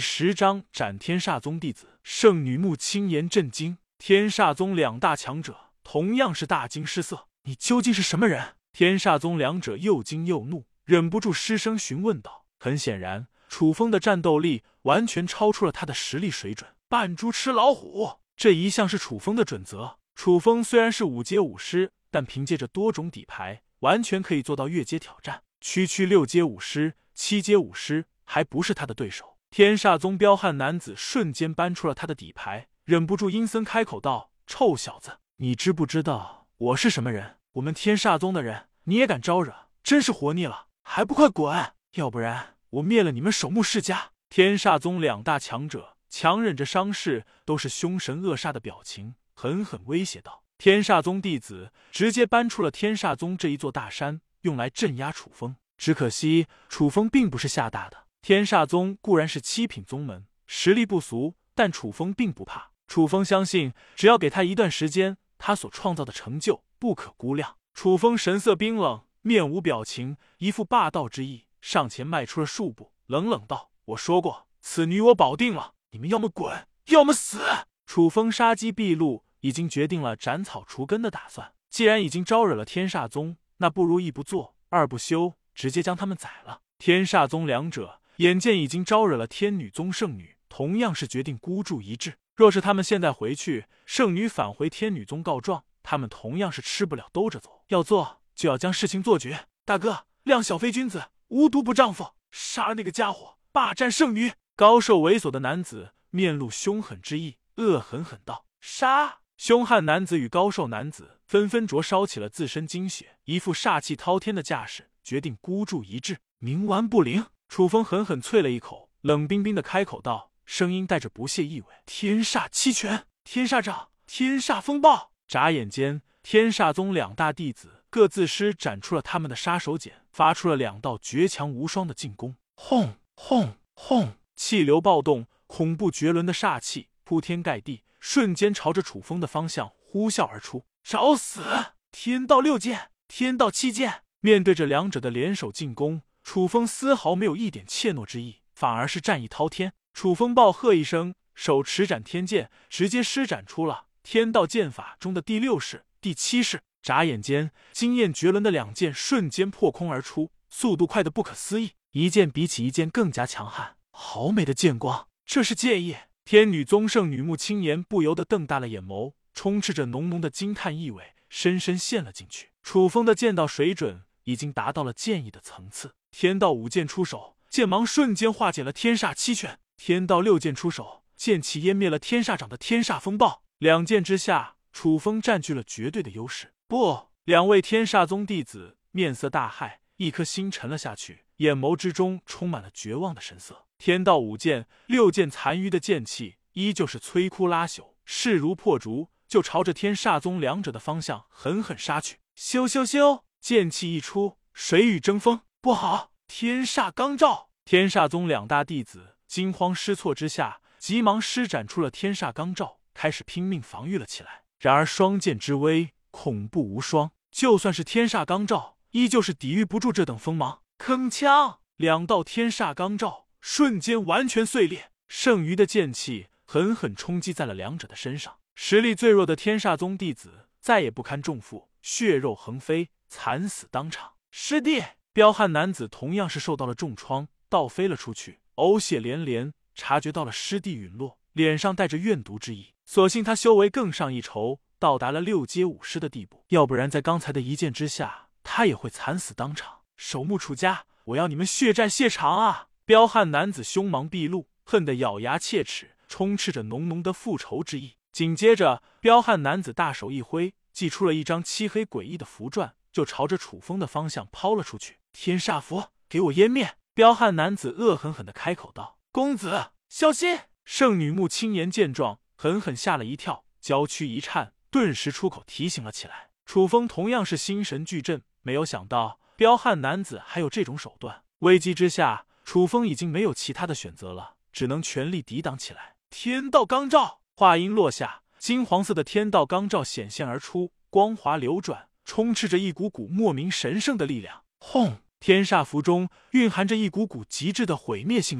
10章斩天煞宗弟子，圣女穆轻言震惊。天煞宗两大强者同样是大惊失色，你究竟是什么人？天煞宗两者又惊又怒，忍不住失声询问道。很显然，楚风的战斗力完全超出了他的实力水准。扮猪吃老虎，这一向是楚风的准则。楚风虽然是5阶武师，但凭借着多种底牌，完全可以做到越阶挑战。区6阶武师、7阶武师还不是他的对手。天煞宗彪悍男子瞬间搬出了他的底牌，忍不住阴森开口道：“臭小子，你知不知道我是什么人？我们天煞宗的人你也敢招惹，真是活腻了！还不快滚！要不然我灭了你们守墓世家！”天煞宗两大强者强忍着伤势，都是凶神恶煞的表情，狠狠威胁道。天煞宗弟子直接搬出了天煞宗这一座大山，用来镇压楚风。只可惜楚风并不是吓大的。天煞宗固然是7品宗门，实力不俗，但楚风并不怕。楚风相信，只要给他一段时间，他所创造的成就不可估量。楚风神色冰冷，面无表情，一副霸道之意，上前迈出了数步，冷冷道：“我说过，此女我保定了，你们要么滚，要么死！”楚风杀机毕露，已经决定了斩草除根的打算。既然已经招惹了天煞宗，那不如一不做二不休，直接将他们宰了。天煞宗两者眼见已经招惹了天女宗圣女，同样是决定孤注一掷。若是他们现在回去，圣女返回天女宗告状，他们同样是吃不了兜着走。要做就要将事情做绝。大哥，谅小妃君子，无毒不丈夫，杀了那个家伙，霸占圣女！高瘦猥琐的男子面露凶狠之意，恶狠狠道：“杀！”凶悍男子与高瘦男子纷纷灼烧起了自身精血，一副煞气滔天的架势，决定孤注一掷，冥顽不灵。楚风狠狠啐了一口，冷冰冰的开口道，声音带着不屑意味：“天煞七拳，天煞掌，天煞风暴！”眨眼间，天煞宗两大弟子各自施展出了他们的杀手锏，发出了2道绝强无双的进攻。轰轰轰！气流暴动，恐怖绝伦的煞气铺天盖地，瞬间朝着楚风的方向呼啸而出。找死！天道6剑，天道7剑。面对着两者的联手进攻，楚风丝毫没有一点怯懦之意，反而是战意滔天。楚风暴喝一声，手持斩天剑，直接施展出了天道剑法中的第6式、第7式。眨眼间，惊艳绝伦的2剑瞬间破空而出，速度快得不可思议，一剑比起一剑更加强悍。好美的剑光，这是剑意！天女宗圣女穆轻言不由得瞪大了眼眸，充斥着浓浓的惊叹意味，深深陷了进去。楚风的剑道水准已经达到了剑意的层次。天道5剑出手，剑芒瞬间化解了天煞7拳；天道6剑出手，剑气湮灭了天煞掌的天煞风暴。2剑之下，楚风占据了绝对的优势。不，2位天煞宗弟子面色大骇，一颗心沉了下去，眼眸之中充满了绝望的神色。天道5剑、6剑残余的剑气依旧是摧枯拉朽，势如破竹，就朝着天煞宗两者的方向狠狠杀去。咻咻咻！剑气一出，水雨争锋。不好！天煞罡罩！天煞宗2大弟子惊慌失措之下，急忙施展出了天煞罡罩，开始拼命防御了起来。然而双剑之威恐怖无双，就算是天煞罡罩，依旧是抵御不住这等锋芒。铿锵！2道天煞罡罩瞬间完全碎裂，剩余的剑气狠狠冲击在了两者的身上。实力最弱的天煞宗弟子再也不堪重负，血肉横飞，惨死当场。师弟！彪悍男子同样是受到了重创，倒飞了出去，呕血连连。察觉到了师弟陨落，脸上带着怨毒之意。所幸他修为更上一筹，到达了6阶武师的地步，要不然在刚才的一剑之下，他也会惨死当场。守墓楚家，我要你们血债血偿啊！彪悍男子凶芒毕露，恨得咬牙切齿，充斥着浓浓的复仇之意。紧接着，彪悍男子大手一挥，祭出了一张漆黑诡异的符篆，就朝着楚风的方向抛了出去。天煞符，给我湮灭！彪悍男子恶狠狠地开口道：“公子，小心！”圣女穆轻言见状，狠狠吓了一跳，娇躯一颤，顿时出口提醒了起来。楚风同样是心神俱震，没有想到彪悍男子还有这种手段。危机之下，楚风已经没有其他的选择了，只能全力抵挡起来。天道罡罩！话音落下，金黄色的天道罡罩显现而出，光华流转，充斥着一股股莫名神圣的力量。轰！天煞符中蕴含着一股股极致的毁灭性力量，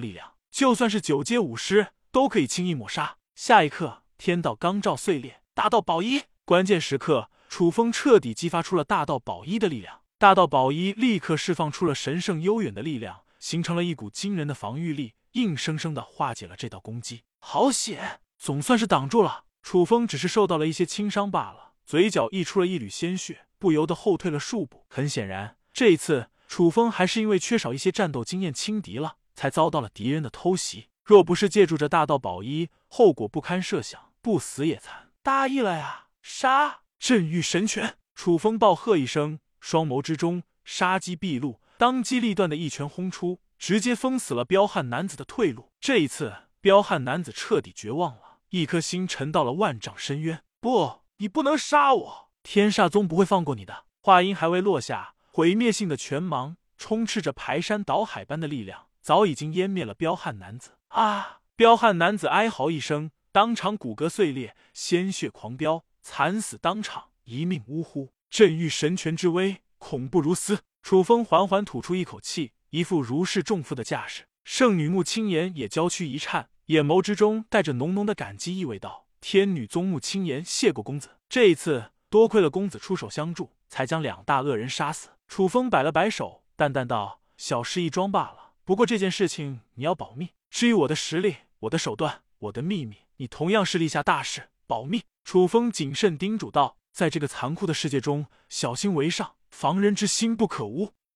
就算是九阶武师都可以轻易抹杀。下一刻，天道罡罩碎裂，大道宝衣。关键时刻，楚风彻底激发出了大道宝衣的力量。大道宝衣立刻释放出了神圣悠远的力量，形成了一股惊人的防御力，硬生生的化解了这道攻击。好险，总算是挡住了。楚风只是受到了一些轻伤罢了，嘴角溢出了一缕鲜血，不由得后退了数步。很显然，这一次楚风还是因为缺少一些战斗经验轻敌了，才遭到了敌人的偷袭。若不是借助着大道宝衣，后果不堪设想，不死也残。大意了呀！杀！震狱神拳！楚风暴喝一声，双眸之中杀机毕露，当机立断的一拳轰出，直接封死了彪悍男子的退路。这一次，彪悍男子彻底绝望了，一颗心沉到了万丈深渊。不，你不能杀我！天煞宗不会放过你的！话音还未落下，毁灭性的拳芒充斥着排山倒海般的力量，早已经湮灭了彪悍男子。啊！彪悍男子哀嚎一声，当场骨骼碎裂，鲜血狂飙，惨死当场，一命呜呼。震狱神拳之威，恐怖如斯。楚风缓缓吐出一口气，一副如释重负的架势。圣女穆青言也娇躯一颤，眼眸之中带着浓浓的感激意味道：“天女宗穆青言谢过公子，这一次多亏了公子出手相助，才将两大恶人杀死。”楚风摆了摆手，淡淡道：“小事一桩罢了，不过这件事情你要保密。至于我的实力、我的手段、我的秘密，你同样是立下大事，保密。”楚风谨慎叮嘱道：“在这个残酷的世界中，小心为上，防人之心不可无。”